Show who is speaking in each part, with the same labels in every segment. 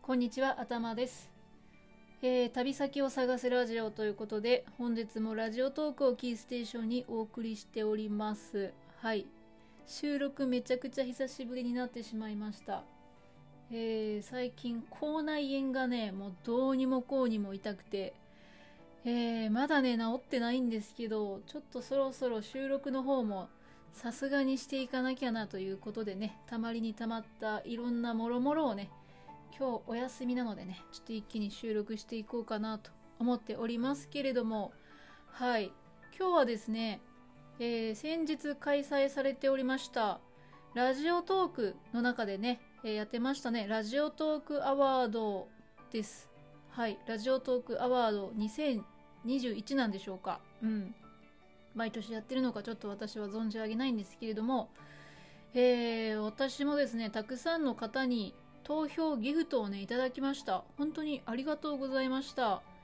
Speaker 1: こんにちは、頭です。旅先を探すラジオということで、本日もラジオトークをキーステーションにお送りしております。はい。収録めちゃくちゃ久しぶりになってしまいました。最近口内炎がね、もうどうにもこうにも痛くて、まだね、治ってないんですけど、ちょっとそろそろ収録の方もさすがにしていかなきゃなということでね、たまりにたまったいろんなもろもろをね、今日お休みなのでね、ちょっと一気に収録していこうかなと思っておりますけれども、はい、今日はですね、先日開催されておりましたラジオトークの中でね、やってましたね、ラジオトークアワードです。はい、ラジオトークアワード2021なんでしょうか。毎年やってるのかちょっと私は存じ上げないんですけれども、私もですね、たくさんの方に投票ギフトをねいただきました。本当にありがとうございました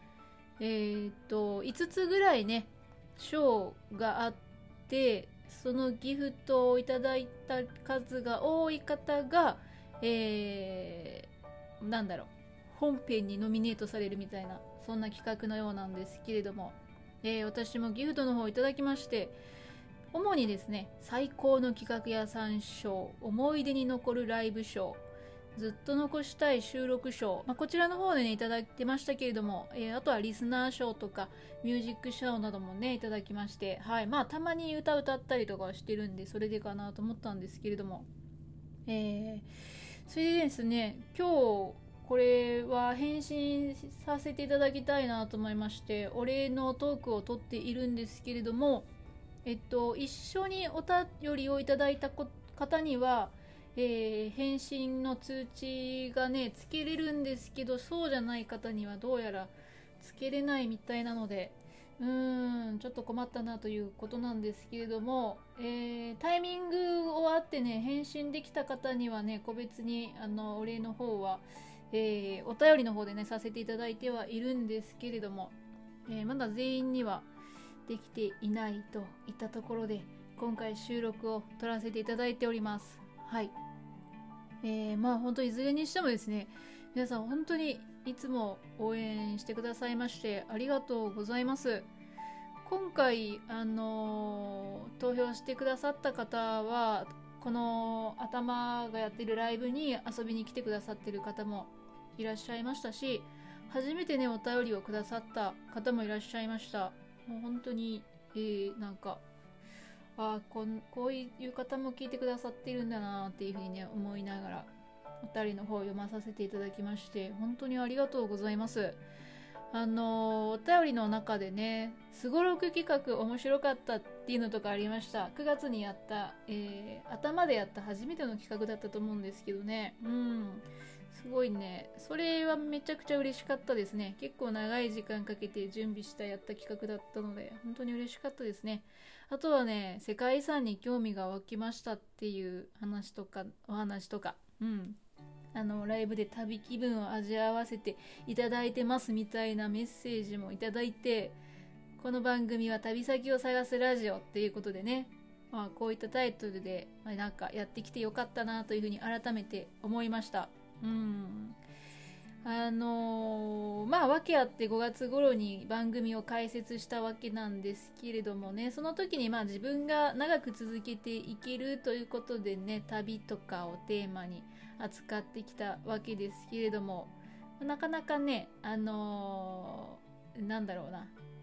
Speaker 1: 。5つぐらいね賞があって、そのギフトをいただいた数が多い方が、なんだろう、本編にノミネートされるみたいな、そんな企画のようなんですけれども、私もギフトの方をいただきまして、主にですね、最高の企画屋さん賞、思い出に残るライブ賞、ずっと残したい収録賞、こちらの方でねいただいてましたけれども、あとはリスナー賞とかミュージック賞などもねいただきまして、はい、たまに歌ったりとかはしてるんで、それでかなと思ったんですけれども、それでですね、今日これは返信させていただきたいなと思いまして、お礼のトークを取っているんですけれども、一緒にお便りをいただいた方には、返信の通知がねつけれるんですけど、そうじゃない方にはどうやらつけれないみたいなので、ちょっと困ったなということなんですけれども、タイミングをあってね返信できた方にはね個別にお礼の方は、お便りの方でねさせていただいてはいるんですけれども、まだ全員にはできていないといったところで、今回収録を撮らせていただいております。はい。本当いずれにしてもですね、皆さん本当にいつも応援してくださいましてありがとうございます。今回投票してくださった方は、この頭がやってるライブに遊びに来てくださってる方もいらっしゃいましたし、初めてねお便りをくださった方もいらっしゃいました。もう本当に、なんかこういう方も聞いてくださってるんだなっていうふうにね思いながらお便りの方を読まさせていただきまして、本当にありがとうございます。お便りの中でね、すごろく企画面白かったっていうのとかありました。9月にやった、頭でやった初めての企画だったと思うんですけどね、すごいね、それはめちゃくちゃ嬉しかったですね。結構長い時間かけて準備したやった企画だったので、本当に嬉しかったですね。あとはね、世界遺産に興味が湧きましたっていうお話とか、ライブで旅気分を味わわせていただいてますみたいなメッセージもいただいて、この番組は旅先を探すラジオっていうことでね、こういったタイトルで、なんかやってきてよかったなというふうに改めて思いました。訳あって5月頃に番組を開設したわけなんですけれどもね、その時に自分が長く続けていけるということでね、旅とかをテーマに扱ってきたわけですけれども、なかなかね、なんだろうな、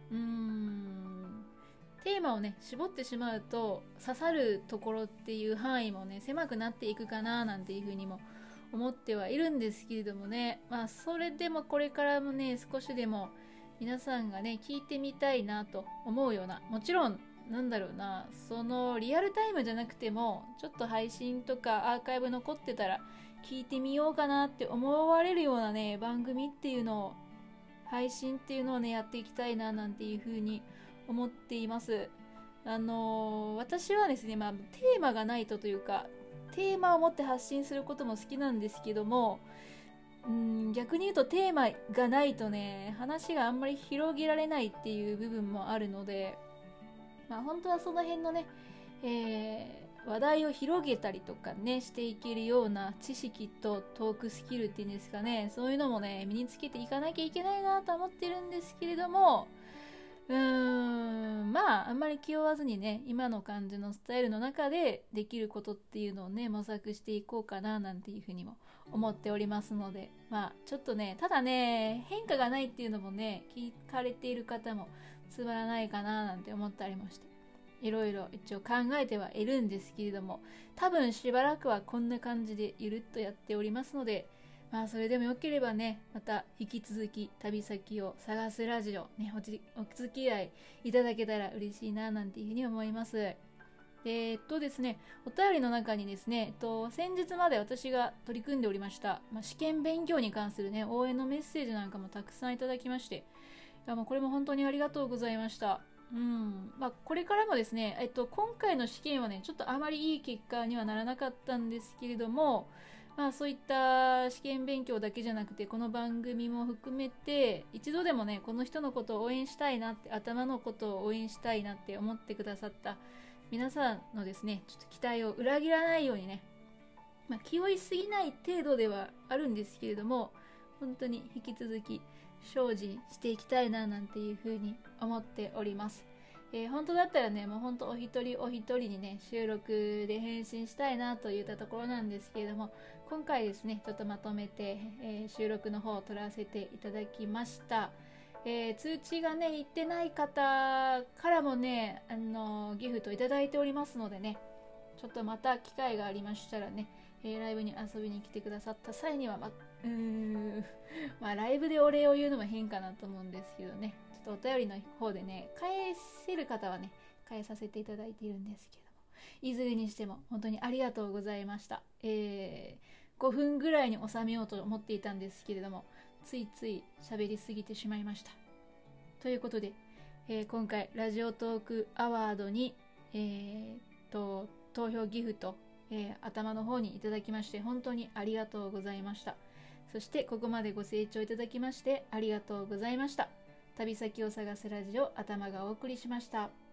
Speaker 1: テーマをね絞ってしまうと刺さるところっていう範囲もね狭くなっていくかななんていうふうにも思ってはいるんですけれどもね、それでもこれからもね少しでも皆さんがね聞いてみたいなと思うような、もちろんそのリアルタイムじゃなくてもちょっと配信とかアーカイブ残ってたら聞いてみようかなって思われるようなね番組っていうのを、配信っていうのをねやっていきたいななんていうふうに思っています。私はですね、テーマがないというか、テーマを持って発信することも好きなんですけども、逆に言うとテーマがないとね話があんまり広げられないっていう部分もあるので、本当はその辺のね、 話題を広げたりとかねしていけるような知識とトークスキルっていうんですかね、そういうのもね身につけていかなきゃいけないなと思ってるんですけれども、まああんまり気負わずにね、今の感じのスタイルの中でできることっていうのをね模索していこうかななんていうふうにも思っておりますので、まあちょっとね、ただね変化がないっていうのもね聞かれている方もつまらないかななんて思ったりもして、いろいろ一応考えてはいるんですけれども、多分しばらくはこんな感じでゆるっとやっておりますので、まあそれでもよければね、また引き続き旅先を探すラジオね、お付き合いいただけたら嬉しいななんていうふうに思います。ですね、お便りの中にですね、先日まで私が取り組んでおりました、試験勉強に関するね、応援のメッセージなんかもたくさんいただきまして、これも本当にありがとうございました。これからもですね、今回の試験はね、ちょっとあまりいい結果にはならなかったんですけれども、そういった試験勉強だけじゃなくて、この番組も含めて、一度でもね、この人のことを応援したいなって、頭のことを応援したいなって思ってくださった皆さんのですね、ちょっと期待を裏切らないようにね、気負いすぎない程度ではあるんですけれども、本当に引き続き精進していきたいななんていうふうに思っております。本当だったらね、もう本当お一人お一人にね収録で返信したいなといったところなんですけれども、今回ですねちょっとまとめて、収録の方を取らせていただきました。通知がね行ってない方からもねギフトいただいておりますのでね、ちょっとまた機会がありましたらね、ライブに遊びに来てくださった際にはライブでお礼を言うのも変かなと思うんですけどね、ちょっとお便りの方でね返せる方はね返させていただいているんですけども、いずれにしても本当にありがとうございました。5分ぐらいに収めようと思っていたんですけれども、ついつい喋りすぎてしまいました。ということで、今回ラジオトークアワードに、投票ギフト、頭の方にいただきまして本当にありがとうございました。そしてここまでご清聴いただきましてありがとうございました。旅先を探すラジオ頭がお送りしました。